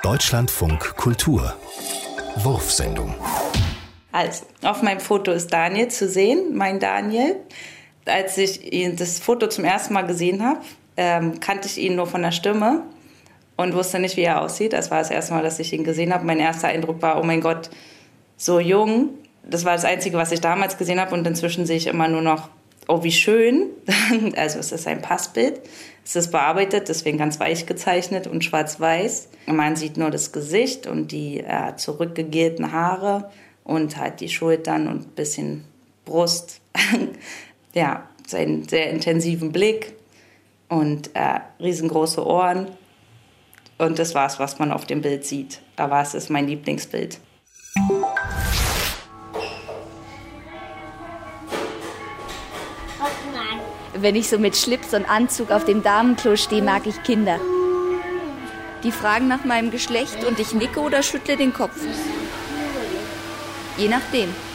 Deutschlandfunk Kultur Wurfsendung. Also, auf meinem Foto ist Daniel zu sehen, mein Daniel. Als ich das Foto zum ersten Mal gesehen habe, kannte ich ihn nur von der Stimme und wusste nicht, wie er aussieht. Das war das erste Mal, dass ich ihn gesehen habe. Mein erster Eindruck war, oh mein Gott, so jung. Das war das Einzige, was ich damals gesehen habe, und inzwischen sehe ich immer nur noch, oh, wie schön. Also es ist ein Passbild. Es ist bearbeitet, deswegen ganz weich gezeichnet und schwarz-weiß. Man sieht nur das Gesicht und die zurückgegelten Haare und halt die Schultern und ein bisschen Brust. Ja, seinen sehr intensiven Blick und riesengroße Ohren. Und das war's, was man auf dem Bild sieht. Aber es ist mein Lieblingsbild. Wenn ich so mit Schlips und Anzug auf dem Damenklo stehe, mag ich Kinder. Die fragen nach meinem Geschlecht und ich nicke oder schüttle den Kopf. Je nachdem.